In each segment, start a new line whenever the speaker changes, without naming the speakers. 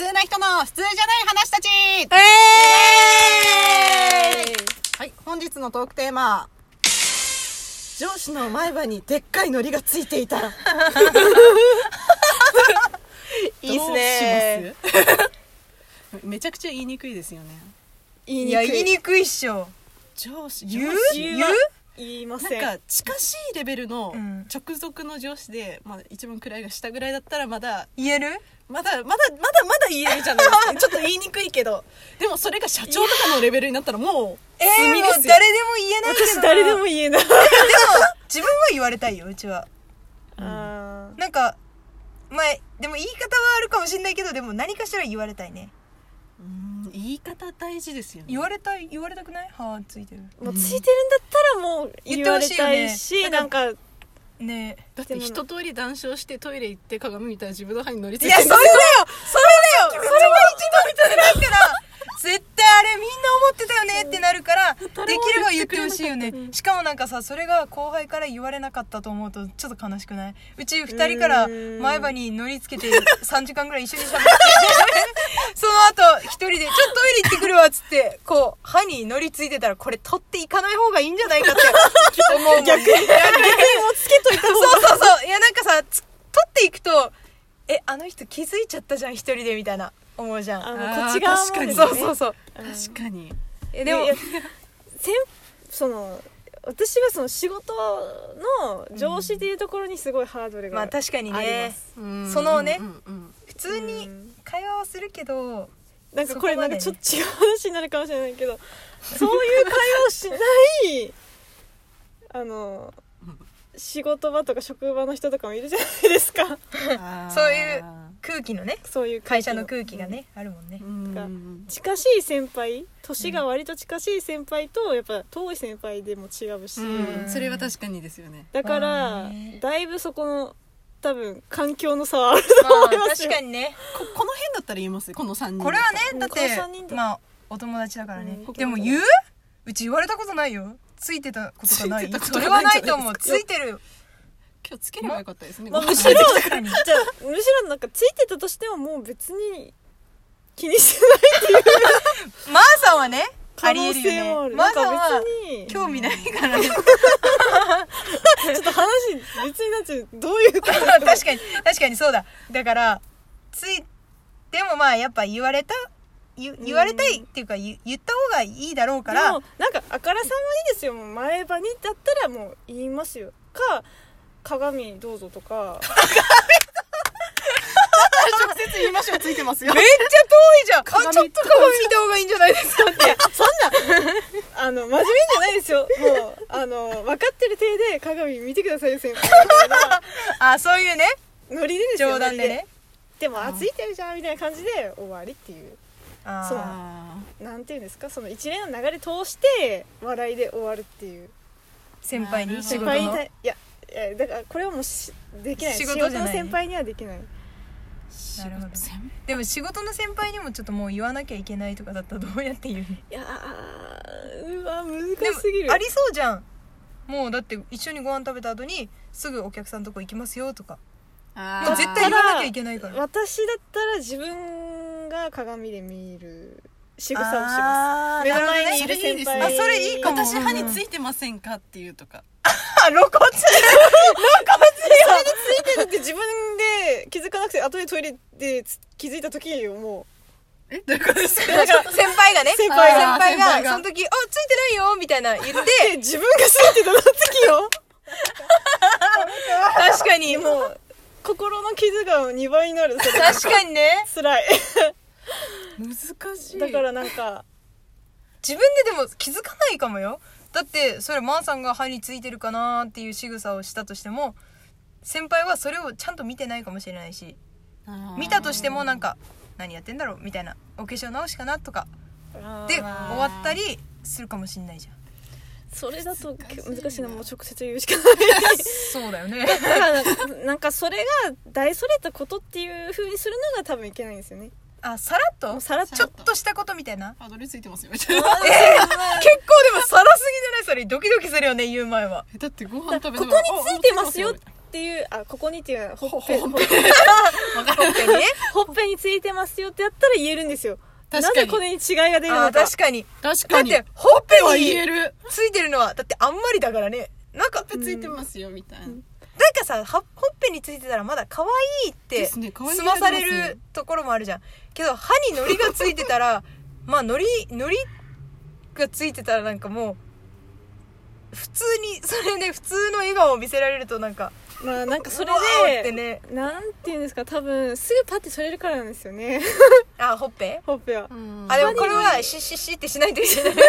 通な人の普通じゃない話たち。はい、本日のトークテーマ、上司の前歯にでっかい糊がついていたら
いいっすね。
どうしますめちゃくちゃ言いにくいですよね。
言いにくいっしょ。
上司
言いません。
なんか近しいレベルの直属の上司で、まあ、一番位が下ぐらいだったらまだ
言える？
まだ言えるじゃないですか。ちょっと言いにくいけど、でもそれが社長とかのレベルになったらもう
もう誰でも言えないけど。
私誰でも言えない。
でも自分は言われたいよ、うちは。なんかまあでも言い方はあるかもしれないけど、でも何かしら言われたいね。
言い方大事ですよね。
言われたくない？歯ついてる。
もうついてるんだったらもう言われたいし、なんか
ね、
だって一通り談笑してトイレ行って鏡見たら自分の歯に乗りついてる。
いや、それが一番辛いから絶対あれみんな思ってたよねってなるから、できれば言ってほしいよね。しかもなんかさ、それが後輩から言われなかったと思うとちょっと悲しくない？うち2人から前歯に乗りつけて3時間ぐらい一緒に喋ってその後一人でちょっとトイレ行ってくるわっつってこう歯に乗りついてたら、これ取っていかない方がいいんじゃないかって思う。逆にも
つけといた方が。
そういや、なんかさ、取っていくとあの人気づいちゃったじゃん一人でみたいな思うじゃん。
こっち側も
確かに、
そう
確かに。
でも
私はその仕事の上司っていうところにすごいハードルが
まあ確かにね、そのね、普通に会話はするけど、
なんかこれなんかちょっと違う話になるかもしれないけど、そういう会話をしない仕事場とか職場の人とかもいるじゃないですか。
そういう空気のね、
そういう
会社の空気がね、あるもんね。
近しい先輩、年が割と近しい先輩とやっぱ遠い先輩でも違うし、
それは確かにですよね。
だからだいぶそこの多分環境の差はあると思いますよ。
確かにね。
この辺だったら言いますよ、この3人。
これはね、だって
この3人
まあお友達だからね。でもうち言われたことないよ。ついてたことがない。それはないと思う。ついてる。
今日つければよかったですね。
むしろなんかついてたとしてももう別に気にしてないっていう
マーさんはね、
可能性もある。
マーさんは興味ないからね。ちょっ
と話別になっちゃう。どういうこと？
確かにそうだ。だからでもまあやっぱ言われたいっていうか言った方がいいだろうから。
でもなんかあからさまにですよ。もう前歯にだったらもう言いますよ。鏡どうぞとか。
直接言いましょう。ついてますよ。
めっちゃ遠いじゃん。ちょっと鏡見た方がいいんじゃないですかって。
そんな真面目じゃないですよ。もう分かってる体で鏡見てくださいよ先輩みたいな。
そういうね。
ノリでですよ。
冗談でね。
でもついてるじゃんみたいな感じで終わりっていう。なんていうんですか、その一連の流れ通して笑いで終わるっていう。
先輩に
仕事の。いやだからこれはもうできない。仕事の先輩にはできない。
なるほど。でも仕事の先輩にもちょっともう言わなきゃいけないとかだったらどうやって言うの？
いや難しすぎる。
ありそうじゃん。もうだって一緒にご飯食べた後にすぐお客さんのとこ行きますよとか、もう絶対言わなきゃいけないから。
私だったら自分が鏡で見る仕草をします。目の前にいる先輩。
それいいかも。
私歯についてませんかっていうとか。
露骨それ
についてるって自分で気づかなくて後でトイレで気づいた時にも
うどういうことですか？
先輩がその時ついてないよみたいな言って
自分がついてた時よ。
確かに
もう心の傷が2倍になる。
確かにね。
辛い。
難しい。
だからなんか
自分ででも気づかないかもよ。だってそれマンさんが歯についてるかなっていう仕草をしたとしても、先輩はそれをちゃんと見てないかもしれないし、見たとしてもなんか何やってんだろうみたいな、お化粧直しかなとかで終わったりするかもしれないじゃん。
それだと難しいな。もう直接言うしかない。
そうだよね。
だからなんかそれが大それたことっていう風にするのが多分いけないんですよね。
さらっとちょっとしたことみたいな。
ハードルついてますよみたいな。
結構でもさらすぎじゃない？それドキドキするよね、言う前は。
だってご飯食べな
がらここについてますよっっていうここにっていうのはほっぺ
ほっ
ほっぺほっぺについてますよってやったら言えるんですよ。な
確かに
ぜこれに違いが出るのか。
確かに
確かに
だってほっぺ
は
に
言える
ついてるのはだってあんまりだからね。なんか
ほっぺついてますよみたいな、
なんかさほっぺについてたらまだ可愛いって
ですね可愛い
済まされるところもあるじゃん。けど歯に糊がついてたらまあ糊がついてたらなんかもう普通にそれで普通の笑顔を見せられるとなんか
まあなんかそれ
うわーって
で、
ね。
なんていうんですか、多分すぐパッて取れるからなんですよね
あほっぺ
ほっぺは。
うん
あでもこれはシッシッシッってしないといけない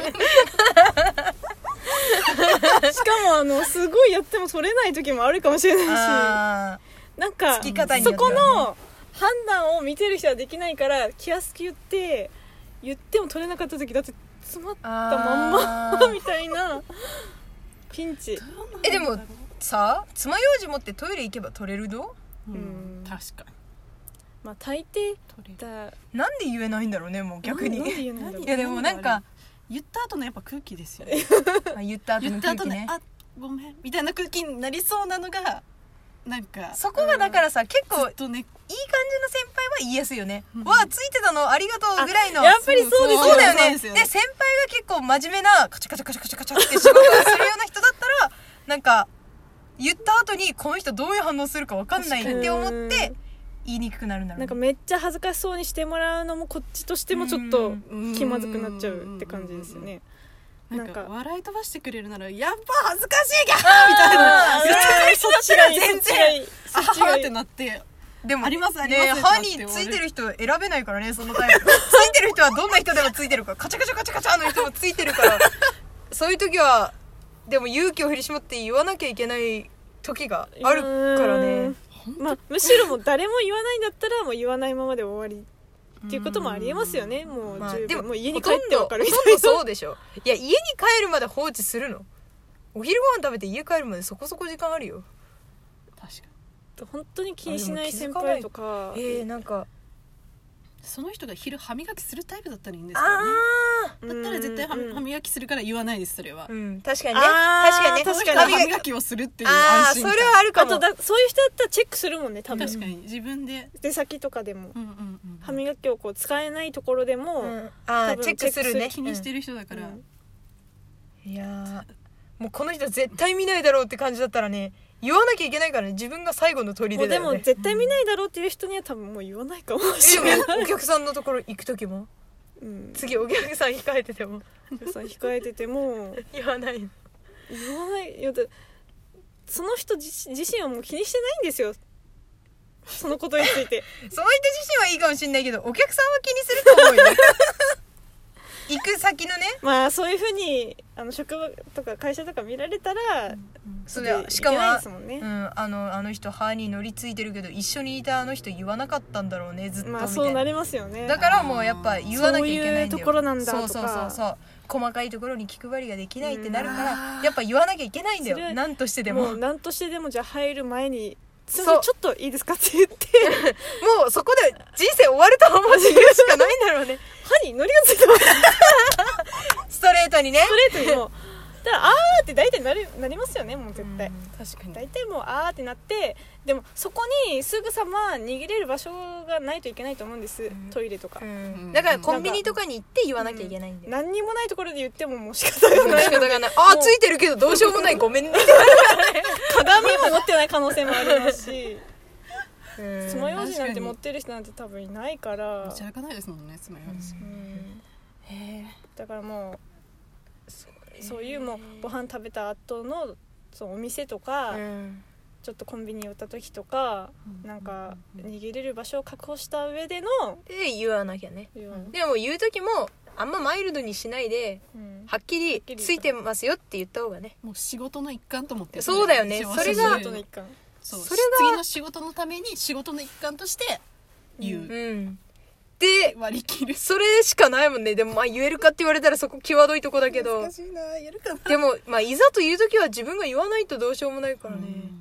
しかもすごいやっても取れない時もあるかもしれないし、
あ
なんか
つき方によ
そ
ってはね
この判断を見てる人はできないから気安く言っても取れなかった時だって詰まったまんまみたいなピンチ。
でもさ爪楊枝持ってトイレ行けば取れるど
うん確かに
まあ大抵
取れる
だ
なんで言えないんだろうねもう逆に
なんで言えないんだろう
いやでもなんか
言った後のやっぱ空気ですよね
まあ言った後
言
の
った後ね
空気ね
あごめんみたいな空気になりそうなのがなんか
そこがだからさ結構
ずっとね
いい感じの先輩は言いやすいよね、
うん
わあついてたのありがとうぐらいの
やっぱりそうですよ
そうだよね
そうですよね
で先輩が結構真面目なカチャカチャカチャカチャカチャって仕事をするような人だったらなんか言った後にこの人どういう反応するか分かんないって思って言いにくくなるんだろうね
なんかめっちゃ恥ずかしそうにしてもらうのもこっちとしてもちょっと気まずくなっちゃうって感じですよね。
なんか
なんか
笑い飛ばしてくれるならやっぱ恥ずかしいギャーみたいな
そっちがいい、そっちがいい、そ
あははって
っちがいい。
なって
でも
ありますあります
ね歯についてる人選べないからねそのタイプついてる人はどんな人でもついてるからカチャカチャカチャカチャの人もついてるからそういう時はでも勇気を振り絞って言わなきゃいけない時があるからね。
まあむしろもう誰も言わないんだったらもう言わないままで終わりっていうこともありえますよね。もう
まあ、
十
でも
分もう家に帰ってわかるみ
ほとんど
たいな。
そうでしょ。いや家に帰るまで放置するのお昼ご飯食べて家帰るまでそこそこ時間あるよ。
確かに
本当に気にしない先輩とか
なんか
その人が昼歯磨きするタイプだったらいいんですけどねだったら絶対歯磨きするから言わないですそれは
うん確かにね
あー
確かにね
確かに
歯磨きをするっていう
ああそ
安心感
れはあるかも。
あとそういう人だったらチェックするもんね多分。
確かに自分で
出先とかでも
うんうんうん
歯磨きをこう使えないところでも、
あ
多分
あチェックするね。
気にしてる人だから
うん
いやーもうこの人絶対見ないだろうって感じだったらね言わなきゃいけないからね自分が最後の砦
もうでも
だよね。
絶対見ないだろうっていう人には多分もう言わないかもし
で
れない。
もお客さんのところ行く時も
うん、
次お客さん控えてても
さ控えてても
言わないの。
言わないよ。その人自身はもう気にしてないんですよそのことについて。
その人自身はいいかもしれないけどお客さんは気にすると思うよ行く先のね
まあそういうふうに職場とか会社とか見られたら、
それはしかも
いけないですもんね。
あの人歯に乗りついてるけど一緒にいたあの人言わなかったんだろうねずっとみたいな、
まあそうなりますよね。
だからもうやっぱ言わなきゃいけないんだよ。
そういうところなんだとか
そう細かいところに気配りができないってなるからやっぱ言わなきゃいけないんだ
それ
よ何としてでも
もう何としてでもじゃあ入る前にすい
そう
ませんちょっといいですかって言って
もうそこで人生終わると思って言うしかないんだろうね
歯に糊がついてます
ストレートにね
ストレートにもうだからあーって大体なりますよねもう絶対。
確かに
大体もうあーってなってでもそこにすぐさま逃げれる場所がないといけないと思うんです、トイレとか、
だからコンビニとかに行って言わなきゃいけないんだよ、
何にもないところで言ってももう仕方がない
仕方がないあーついてるけどどうしようもないごめんね
鏡も持ってない可能性もありますし
うん
爪楊枝なんて持ってる人なんて多分いないから
持ち歩かないですもんね爪楊枝
だからもうそういうもうご飯食べた後のそうお店とか、ちょっとコンビニ寄った時とか、なんか逃げれる場所を確保した上での、
で言わなきゃねでも言う時もあんまマイルドにしないではっきりついてますよって言った方がね
もう仕事の一環と思って
そうだよねそれが
仕事の一環
そう
それが
次の仕事のために仕事の一環として言う、
で
割り切る
それしかないもんねでもまあ言えるかって言われたらそこ際どいとこだけど
難しいなやるかな
でもまあいざという時は自分が言わないとどうしようもないからね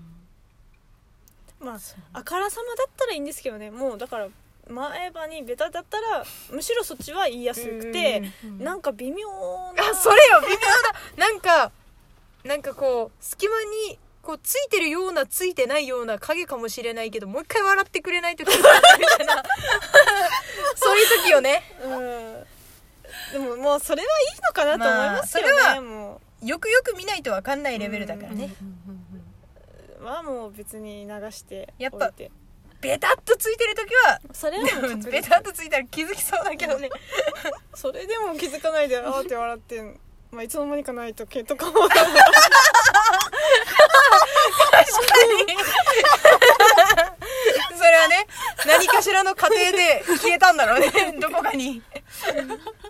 まああからさまだったらいいんですけどねもうだから前歯にベタだったらむしろそっちは言いやすくて、なんか微妙な
あそれよ微妙だなんかこう隙間にこうついてるようなついてないような影かもしれないけど、もう一回笑ってくれない時があるみたいなそういう時よね。
でももうそれはいいのかなと思いますよね、
まあそれは
も
よくよく見ないと分かんないレベルだからね。
うはもう別に流しておいて、
やっぱベタっとついてる時は
それはもう確実
ベタっとついたら気づきそうだけどね
それでも気づかないであーって笑ってまあいつの間にかない時とかも
確かにそれはね、何かしらの過程で消えたんだろうねどこかにそれ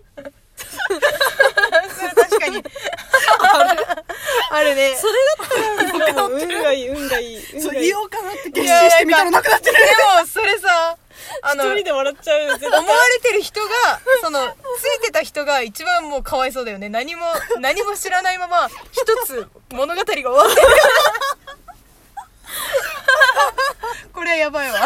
確かにあるね。
それだったらもう運がいい
そう言おうかなって決心してみたらなくなってる。
でもそれさ、
一人で笑っちゃう絶対
思われてる人が、そのついてた人が一番もうかわいそうだよね。何も知らないまま一つ物語が終わってるこれはやばいわ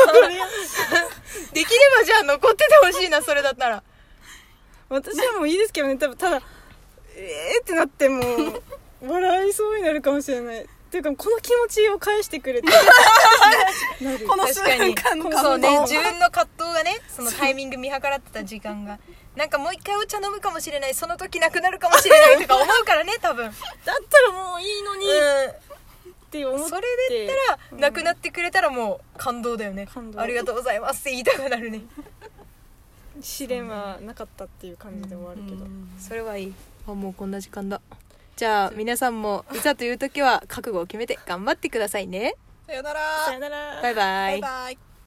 できればじゃあ残っててほしいな、それだったら。
私はもういいですけどね、多分ただってなってもう笑いそうになるかもしれないっていうか、この気持ちを返してくれてなる
この
確かに
瞬間の
そうね、
感動
自分の葛藤がね、そのタイミング見計らってた時間がなんかもう一回お茶飲むかもしれない、その時なくなるかもしれないとか思うからね多分
だったらもういいのにって思って、
それで言ったら、なくなってくれたらもう感動だよね。
感動
ありがとうございますって言いたくなるね。
試練はなかったっていう感じで終わるけど、
それはいい。あ、もうこんな時間だ。じゃあ皆さんもいざという時は覚悟を決めて頑張ってくださいね。
さよなら。
さよなら。
バイバイ。
バイバイ。